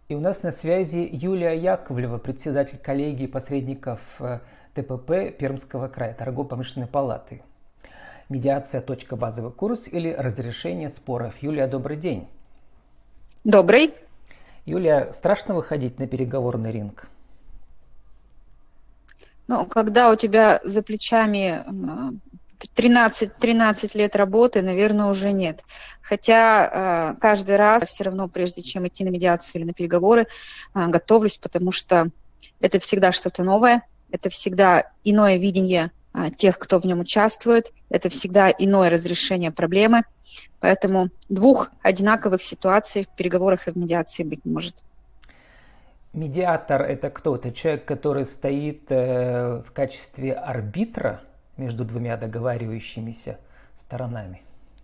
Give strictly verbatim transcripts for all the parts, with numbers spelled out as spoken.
И у нас на связи Юлия Яковлева, председатель коллегии посредников Т П П Пермского края, торгово-промышленной палаты. Медиация. Базовый курс или разрешение споров. Юлия, добрый день. Добрый. Юлия, страшно выходить на переговорный ринг? Ну, когда у тебя за плечами тринадцать, тринадцать лет работы, наверное, уже нет. Хотя э, каждый раз все равно, прежде чем идти на медиацию или на переговоры, э, готовлюсь, потому что это всегда что-то новое, это всегда иное видение э, тех, кто в нем участвует, это всегда иное разрешение проблемы. Поэтому двух одинаковых ситуаций в переговорах и в медиации быть не может. Медиатор – это кто? Это человек, который стоит э, в качестве арбитра между двумя договаривающимися сторонами?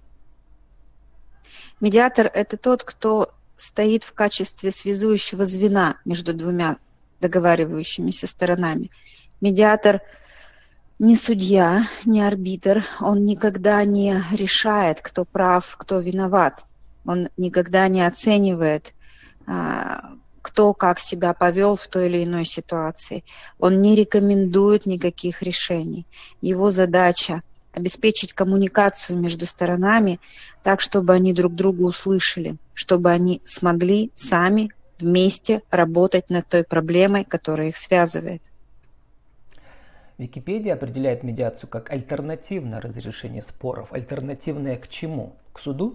Медиатор – это тот, кто стоит в качестве связующего звена между двумя договаривающимися сторонами. Медиатор не судья, не арбитр, он никогда не решает, кто прав, кто виноват. Он никогда не оценивает, кто как себя повел в той или иной ситуации. Он не рекомендует никаких решений. Его задача – обеспечить коммуникацию между сторонами так, чтобы они друг друга услышали, чтобы они смогли сами вместе работать над той проблемой, которая их связывает. Википедия определяет медиацию как альтернативное разрешение споров. Альтернативное к чему? К суду?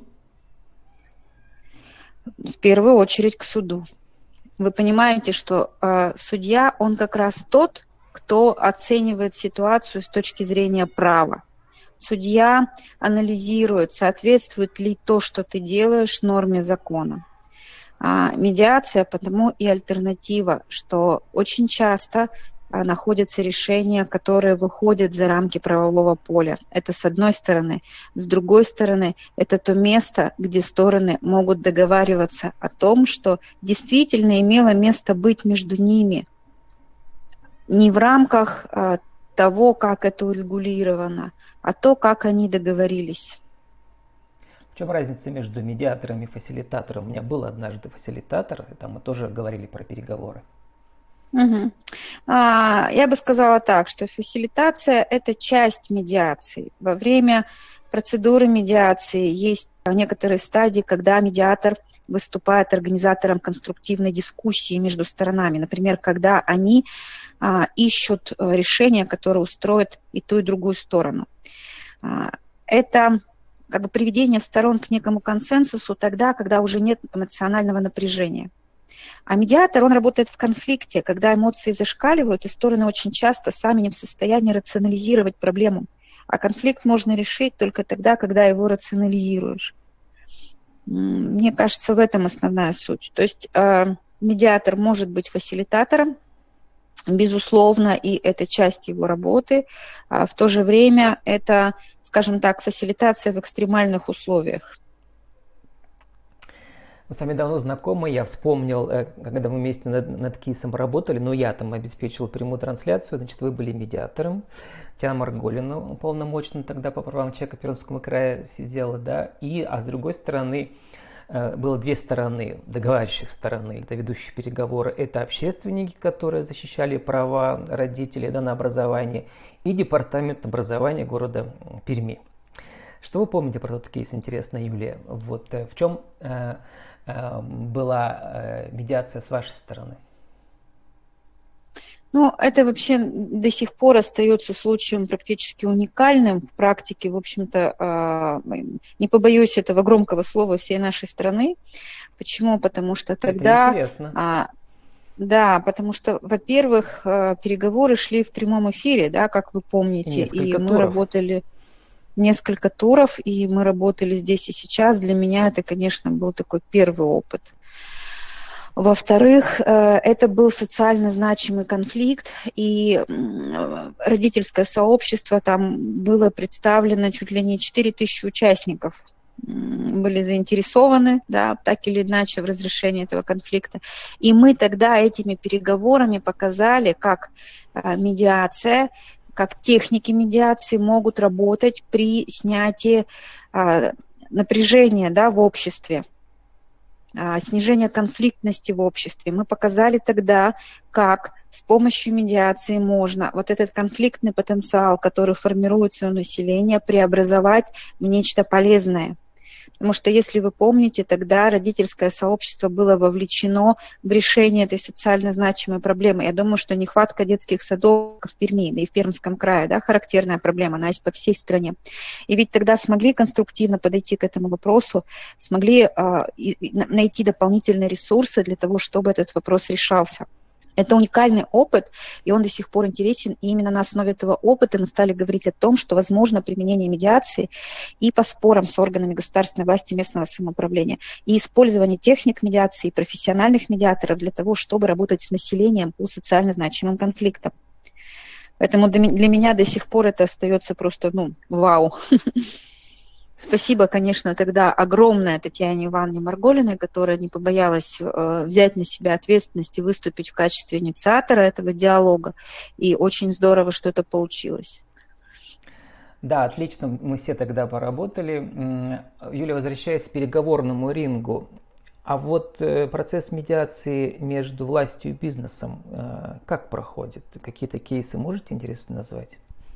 В первую очередь к суду. Вы понимаете, что э, судья, он как раз тот, кто оценивает ситуацию с точки зрения права. Судья анализирует, соответствует ли то, что ты делаешь, норме закона. А медиация потому и альтернатива, что очень часто а, находятся решения, которые выходят за рамки правового поля. Это с одной стороны. С другой стороны, это то место, где стороны могут договариваться о том, что действительно имело место быть между ними. Не в рамках а, того, как это урегулировано, а то, как они договорились. В чем разница между медиатором и фасилитатором? У меня был однажды фасилитатор, и там мы тоже говорили про переговоры. Угу. А, я бы сказала так, что фасилитация – это часть медиации. Во время процедуры медиации есть некоторые стадии, когда медиатор выступает организатором конструктивной дискуссии между сторонами. Например, когда они а, ищут решение, которое устроит и ту, и другую сторону. А, это как бы приведение сторон к некому консенсусу тогда, когда уже нет эмоционального напряжения. А медиатор, он работает в конфликте, когда эмоции зашкаливают, и стороны очень часто сами не в состоянии рационализировать проблему. А конфликт можно решить только тогда, когда его рационализируешь. Мне кажется, в этом основная суть. То есть э, медиатор может быть фасилитатором, безусловно, и это часть его работы. А в то же время это, скажем так, фасилитация в экстремальных условиях. Мы с вами давно знакомы, я вспомнил, когда мы вместе над, над КИСом работали, но я там обеспечивал прямую трансляцию, значит, вы были медиатором, Татьяна Марголина, уполномоченная тогда по правам человека Пермского края сидела, да, и, а с другой стороны, было две стороны, договаривающих стороны, это ведущие переговоры, это общественники, которые защищали права родителей, да, на образование, и департамент образования города Перми. Что вы помните про тот кейс, интересно, Юлия? Вот в чем э, э, была э, медиация с вашей стороны? Ну, это вообще до сих пор остается случаем практически уникальным в практике, в общем-то, э, не побоюсь этого громкого слова, всей нашей страны. Почему? Потому что тогда... Это интересно. А, да, потому что, во-первых, переговоры шли в прямом эфире, да, как вы помните, и, и мы туров. работали... несколько туров, и мы работали здесь и сейчас. Для меня это, конечно, был такой первый опыт. Во-вторых, это был социально значимый конфликт, и родительское сообщество, там было представлено чуть ли не четыре тысячи участников, были заинтересованы, да, так или иначе в разрешении этого конфликта. И мы тогда этими переговорами показали, как медиация, как техники медиации могут работать при снятии а, напряжения, да, в обществе. снижение конфликтности в обществе. Мы показали тогда, как с помощью медиации можно вот этот конфликтный потенциал, который формируется у населения, преобразовать в нечто полезное. Потому что, если вы помните, тогда родительское сообщество было вовлечено в решение этой социально значимой проблемы. Я думаю, что нехватка детских садов в Перми, да и в Пермском крае, да, характерная проблема, она есть по всей стране. И ведь тогда смогли конструктивно подойти к этому вопросу, смогли э, найти дополнительные ресурсы для того, чтобы этот вопрос решался. Это уникальный опыт, и он до сих пор интересен. И именно на основе этого опыта мы стали говорить о том, что возможно применение медиации и по спорам с органами государственной власти местного самоуправления, и использование техник медиации, профессиональных медиаторов для того, чтобы работать с населением по социально значимым конфликтам. Поэтому для меня до сих пор это остается просто, ну, вау. Спасибо, конечно, тогда огромное Татьяне Ивановне Марголиной, которая не побоялась э, взять на себя ответственность и выступить в качестве инициатора этого диалога. И очень здорово, что это получилось. Да, отлично, мы все тогда поработали. Юлия, возвращаясь к переговорному рингу, а вот процесс медиации между властью и бизнесом э, как проходит? Какие-то кейсы можете интересно назвать?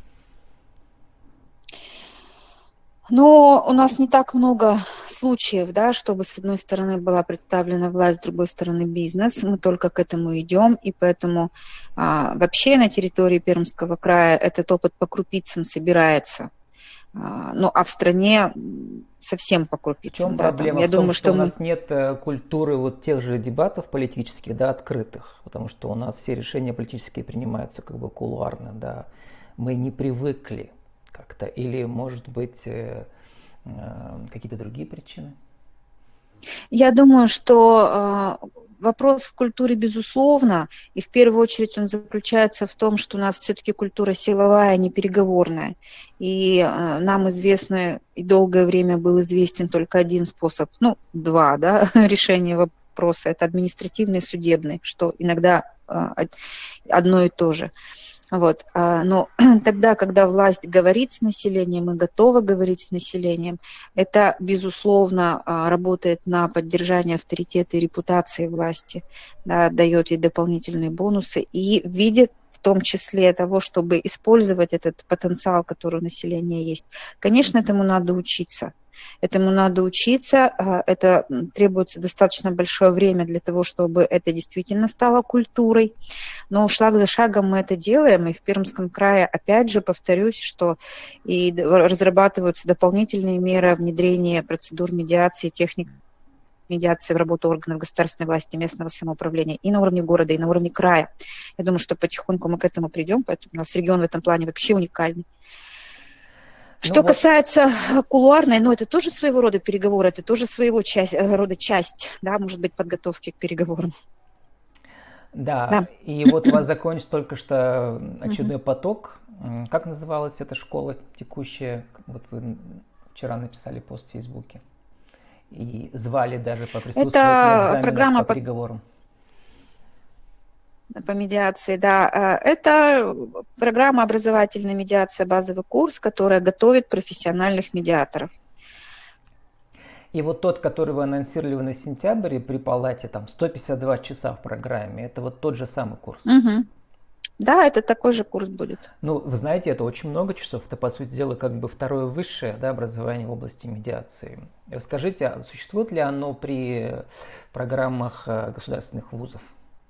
Но у нас не так много случаев, да, чтобы с одной стороны была представлена власть, с другой стороны бизнес. Мы только к этому идем, и поэтому а, вообще на территории Пермского края этот опыт по крупицам собирается. А, ну, а в стране совсем по крупицам. В чем да, проблема? Там, я в том, думаю, что, что у мы... нас нет культуры вот тех же дебатов политических, да, открытых, потому что у нас все решения политические принимаются как бы кулуарно, да. Мы не привыкли как-то, или, может быть, э, э, какие-то другие причины? Я думаю, что э, вопрос в культуре, безусловно, и в первую очередь он заключается в том, что у нас все-таки культура силовая, а не переговорная. И э, нам известно, и долгое время был известен только один способ, ну, два, да, решения вопроса, это административный и судебный, что иногда э, одно и то же. Вот. Но тогда, когда власть говорит с населением и готова говорить с населением, это, безусловно, работает на поддержание авторитета и репутации власти, да, дает ей дополнительные бонусы и видит в том числе того, чтобы использовать этот потенциал, который у населения есть. Конечно, этому надо учиться. Этому надо учиться, это требуется достаточно большое время для того, чтобы это действительно стало культурой, но шаг за шагом мы это делаем, и в Пермском крае, опять же, повторюсь, что и разрабатываются дополнительные меры внедрения процедур медиации, техник медиации в работу органов государственной власти, местного самоуправления и на уровне города, и на уровне края. Я думаю, что потихоньку мы к этому придем, поэтому у нас регион в этом плане вообще уникальный. Что ну, касается вот... кулуарной, ну, это тоже своего рода переговоры, это тоже своего часть, рода часть, да, может быть, подготовки к переговорам. Да, да. И вот у вас закончился только что очередной поток. Как называлась эта школа текущая? Вот вы вчера написали пост в Фейсбуке. И звали даже по присутствию на экзаменах по переговорам. По медиации, да. Это программа образовательная медиация, базовый курс, которая готовит профессиональных медиаторов. И вот тот, который вы анонсировали на сентябре при палате, там сто пятьдесят два часа в программе, это вот тот же самый курс? Угу. Да, это такой же курс будет. Ну, вы знаете, это очень много часов. Это, по сути дела, как бы второе высшее, да, образование в области медиации. Расскажите, а существует ли оно при программах государственных вузов?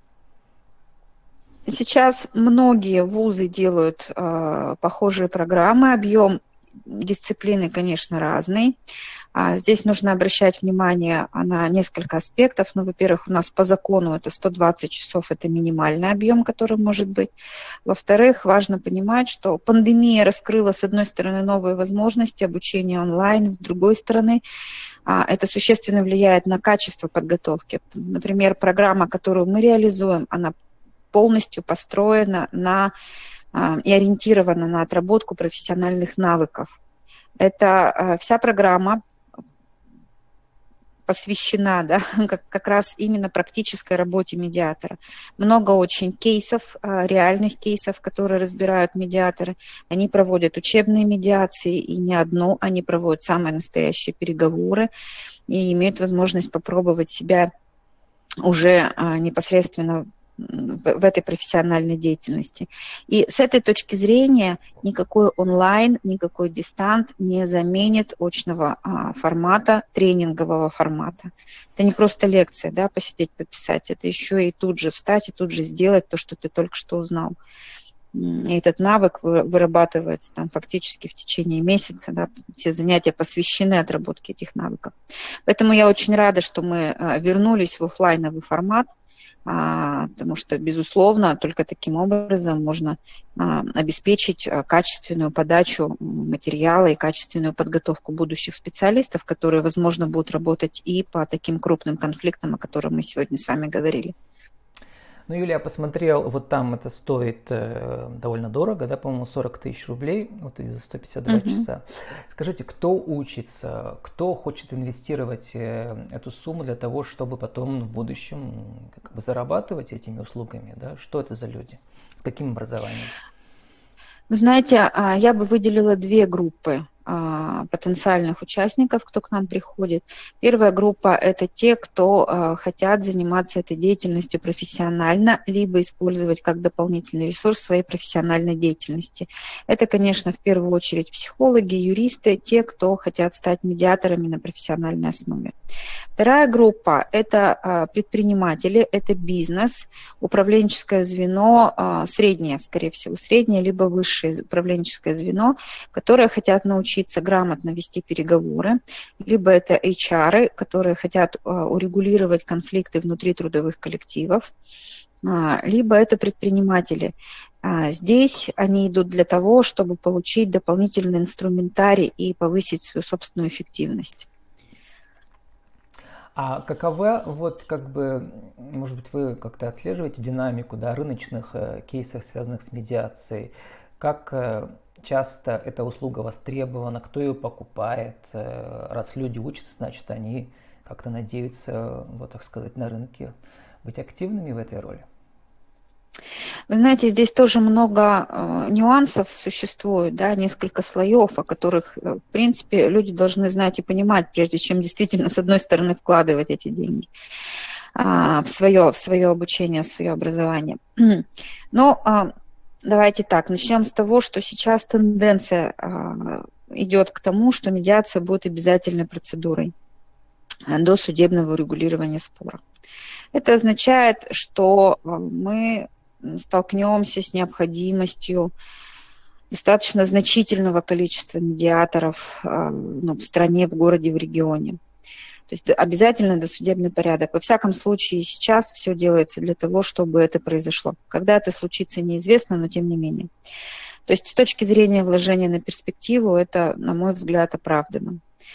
Сейчас многие вузы делают э, похожие программы. Объем дисциплины, конечно, разный. А здесь нужно обращать внимание на несколько аспектов. Ну, во-первых, у нас по закону это сто двадцать часов, это минимальный объем, который может быть. Во-вторых, важно понимать, что пандемия раскрыла, с одной стороны, новые возможности обучения онлайн, с другой стороны, это существенно влияет на качество подготовки. Например, программа, которую мы реализуем, она полностью построена на, и ориентирована на отработку профессиональных навыков. Это вся программа посвящена, да, как, как раз именно практической работе медиатора. Много очень кейсов, реальных кейсов, которые разбирают медиаторы. Они проводят учебные медиации, и не одну, они проводят самые настоящие переговоры и имеют возможность попробовать себя уже непосредственно в, в этой профессиональной деятельности. И с этой точки зрения никакой онлайн, никакой дистант не заменит очного а, формата, тренингового формата. Это не просто лекция, да, посидеть, пописать, это еще и тут же встать, и тут же сделать то, что ты только что узнал. И этот навык вырабатывается там фактически в течение месяца, да, все занятия посвящены отработке этих навыков. Поэтому я очень рада, что мы вернулись в офлайновый формат, потому что, безусловно, только таким образом можно обеспечить качественную подачу материала и качественную подготовку будущих специалистов, которые, возможно, будут работать и по таким крупным конфликтам, о которых мы сегодня с вами говорили. Ну, Юлия, я посмотрел, вот там это стоит э, довольно дорого, да, по-моему, сорок тысяч рублей, вот за сто пятьдесят два uh-huh. часа. Скажите, кто учится, кто хочет инвестировать э, эту сумму для того, чтобы потом в будущем как бы зарабатывать этими услугами, да? Что это за люди, с каким образованием? Вы знаете, я бы выделила две группы потенциальных участников, кто к нам приходит. Первая группа – это те, кто хотят заниматься этой деятельностью профессионально, либо использовать как дополнительный ресурс своей профессиональной деятельности. Это, конечно, в первую очередь психологи, юристы, те, кто хотят стать медиаторами на профессиональной основе. Вторая группа – это предприниматели, это бизнес, управленческое звено, среднее, скорее всего, среднее, либо высшее управленческое звено, которые хотят научиться учиться грамотно вести переговоры, либо это эйч ар, которые хотят урегулировать конфликты внутри трудовых коллективов, либо это предприниматели. Здесь они идут для того, чтобы получить дополнительный инструментарий и повысить свою собственную эффективность. А какова, вот как бы, может быть, вы как-то отслеживаете динамику, да, рыночных э, кейсов, связанных с медиацией? Как э, часто эта услуга востребована, кто ее покупает? Э, раз люди учатся, значит, они как-то надеются, вот так сказать, на рынке быть активными в этой роли. Вы знаете, здесь тоже много э, нюансов существует, да, несколько слоев, о которых, в принципе, люди должны знать и понимать, прежде чем действительно, с одной стороны, вкладывать эти деньги э, в, свое, в свое обучение, в свое образование. Но э, давайте так, начнем с того, что сейчас тенденция э, идет к тому, что медиация будет обязательной процедурой до судебного урегулирования спора. Это означает, что мы столкнемся с необходимостью достаточно значительного количества медиаторов ну, в стране, в городе, в регионе. То есть обязательно досудебный порядок. Во всяком случае, сейчас все делается для того, чтобы это произошло. Когда это случится, неизвестно, но тем не менее. То есть с точки зрения вложения на перспективу, это, на мой взгляд, оправдано.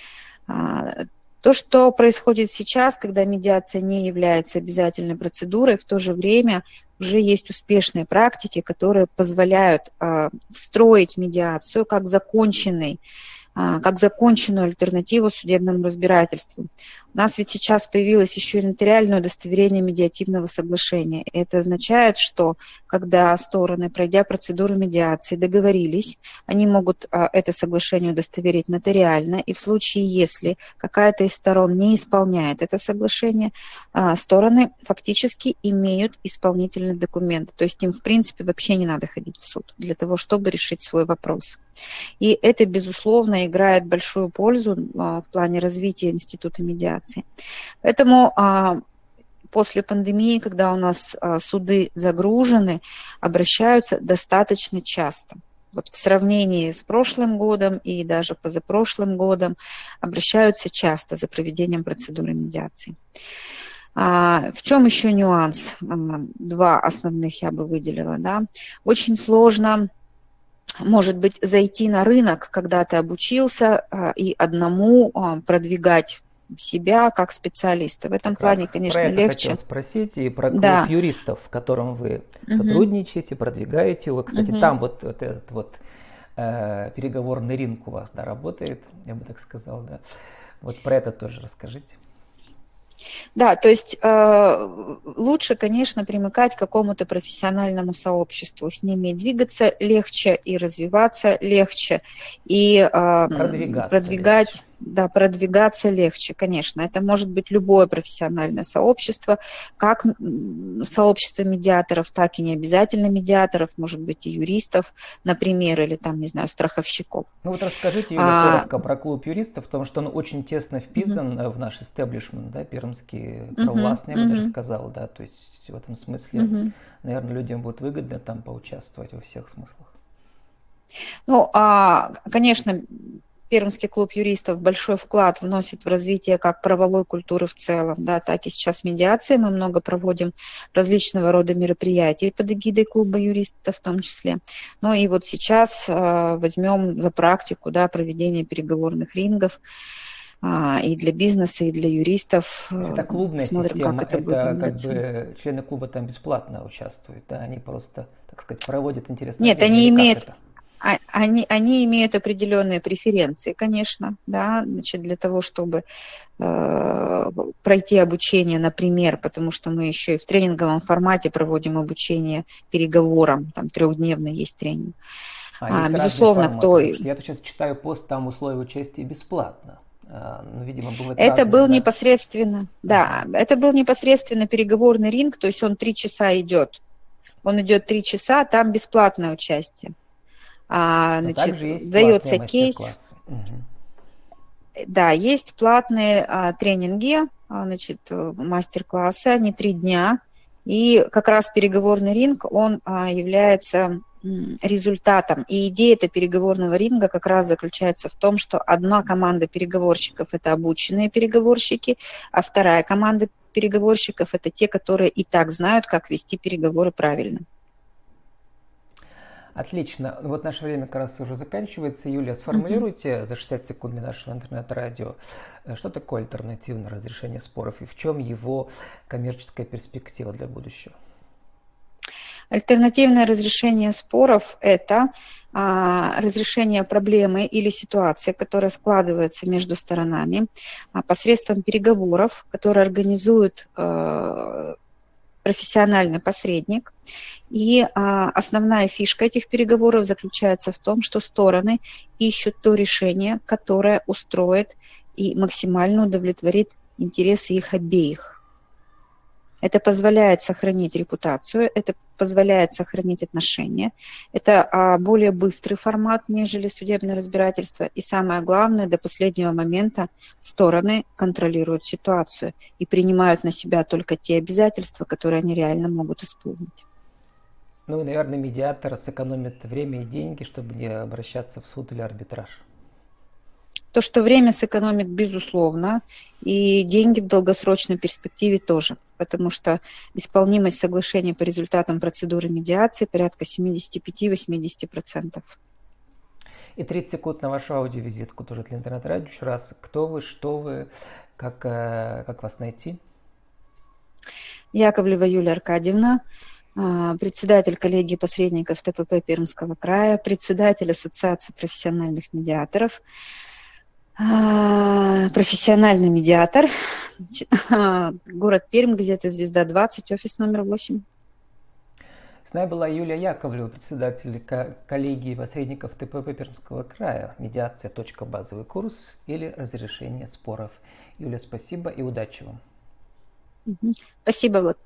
То, что происходит сейчас, когда медиация не является обязательной процедурой, в то же время уже есть успешные практики, которые позволяют э, встроить медиацию как законченный, э, как законченную альтернативу судебному разбирательству. У нас ведь сейчас появилось еще и нотариальное удостоверение медиативного соглашения. И это означает, что когда стороны, пройдя процедуру медиации, договорились, они могут а, это соглашение удостоверить нотариально. И в случае, если какая-то из сторон не исполняет это соглашение, а, стороны фактически имеют исполнительный документ. То есть им, в принципе, вообще не надо ходить в суд для того, чтобы решить свой вопрос. И это, безусловно, играет большую пользу а, в плане развития института медиации. Поэтому а, после пандемии, когда у нас а, суды загружены, обращаются достаточно часто. Вот в сравнении с прошлым годом и даже позапрошлым годом обращаются часто за проведением процедуры медиации. А, в чем еще нюанс? А, два основных я бы выделила. Да? Очень сложно, может быть, зайти на рынок, когда ты обучился, а, и одному а, продвигать себя как специалиста. В этом как плане, конечно, про это легче. Хотел спросить и про клуб да. юристов, в котором вы угу. сотрудничаете, продвигаете его. Кстати, угу. там вот, вот этот вот э, переговорный рынок у вас, да, работает, я бы так сказал, да. Вот про это тоже расскажите. Да, то есть э, лучше, конечно, примыкать к какому-то профессиональному сообществу. С ними и двигаться легче, и развиваться легче, и э, Продвигаться легче. продвигать, да, продвигаться легче, конечно. Это может быть любое профессиональное сообщество, как м, сообщество медиаторов, так и не обязательно медиаторов, может быть, и юристов, например, или там, не знаю, страховщиков. Ну вот расскажите, Юля, А, коротко про клуб юристов, потому что он очень тесно мгм, вписан э, в наш истеблишмент, да, пермский, мгм, провластный, я бы даже мгм, сказал, да, то есть в этом смысле, мгм. наверное, людям будет выгодно там поучаствовать во всех смыслах. Ну, а, конечно, Пермский клуб юристов большой вклад вносит в развитие как правовой культуры в целом, да, так и сейчас медиации. Мы много проводим различного рода мероприятий под эгидой клуба юристов в том числе. Ну и вот сейчас э, возьмем за практику, да, проведение переговорных рингов а, и для бизнеса, и для юристов. То есть Э, это клубная Посмотрим, как система, это будет это как намигаться. бы члены клуба там бесплатно участвуют, да, они просто, так сказать, проводят интересное Нет, время, они или как имеют это? А- Они, они имеют определенные преференции, конечно, да, значит, для того, чтобы э, пройти обучение, например, потому что мы еще и в тренинговом формате проводим обучение переговорам, там трехдневный есть тренинг. А, А, есть разные безусловно, форматы, кто... потому что я тут сейчас читаю пост, там условия участия бесплатно. А, ну, видимо, бывают Это разные, был да? непосредственно, Ага. да, это был непосредственно переговорный ринг, то есть он три часа идет. Он идет три часа, там бесплатное участие. А, Но значит, также есть платные дается кейс. мастер-классы. Мгм. Да, есть платные а, тренинги, а, значит, э, мастер-классы, они три дня. И как раз переговорный ринг, он а, является м, результатом. И идея этого переговорного ринга как раз заключается в том, что одна команда переговорщиков – это обученные переговорщики, а вторая команда переговорщиков – это те, которые и так знают, как вести переговоры правильно. Отлично. Вот наше время как раз уже заканчивается. Юлия, Мгм. сформулируйте за шестьдесят секунд для нашего интернет-радио, э, что такое альтернативное разрешение споров и в чем его коммерческая перспектива для будущего? Альтернативное разрешение споров – это а, разрешение проблемы или ситуации, которая складывается между сторонами а, посредством переговоров, которые организует а, профессиональный посредник. И а, основная фишка этих переговоров заключается в том, что стороны ищут то решение, которое устроит и максимально удовлетворит интересы их обеих. Это позволяет сохранить репутацию, это позволяет сохранить отношения. Это а, более быстрый формат, нежели судебное разбирательство. И самое главное, до последнего момента стороны контролируют ситуацию и принимают на себя только те обязательства, которые они реально могут исполнить. Ну и, наверное, медиатор сэкономит время и деньги, чтобы не обращаться в суд или арбитраж. То, что время сэкономит, безусловно, и деньги в долгосрочной перспективе тоже, потому что исполнимость соглашений по результатам процедуры медиации порядка семьдесят пять-восемьдесят процентов. И тридцать секунд на вашу аудиовизитку тоже для интернет-радио. Еще раз, кто вы, что вы, как, э, как вас найти? Яковлева Юлия Аркадьевна, председатель коллегии посредников ТПП Пермского края, председатель Ассоциации профессиональных медиаторов, профессиональный медиатор, город Пермь, газета «Звезда двадцать», офис номер восемь. С нами была Юлия Яковлева, председатель коллегии посредников ТПП Пермского края. Медиация. Базовый курс или разрешение споров. Юля, спасибо и удачи вам. Спасибо, Влад.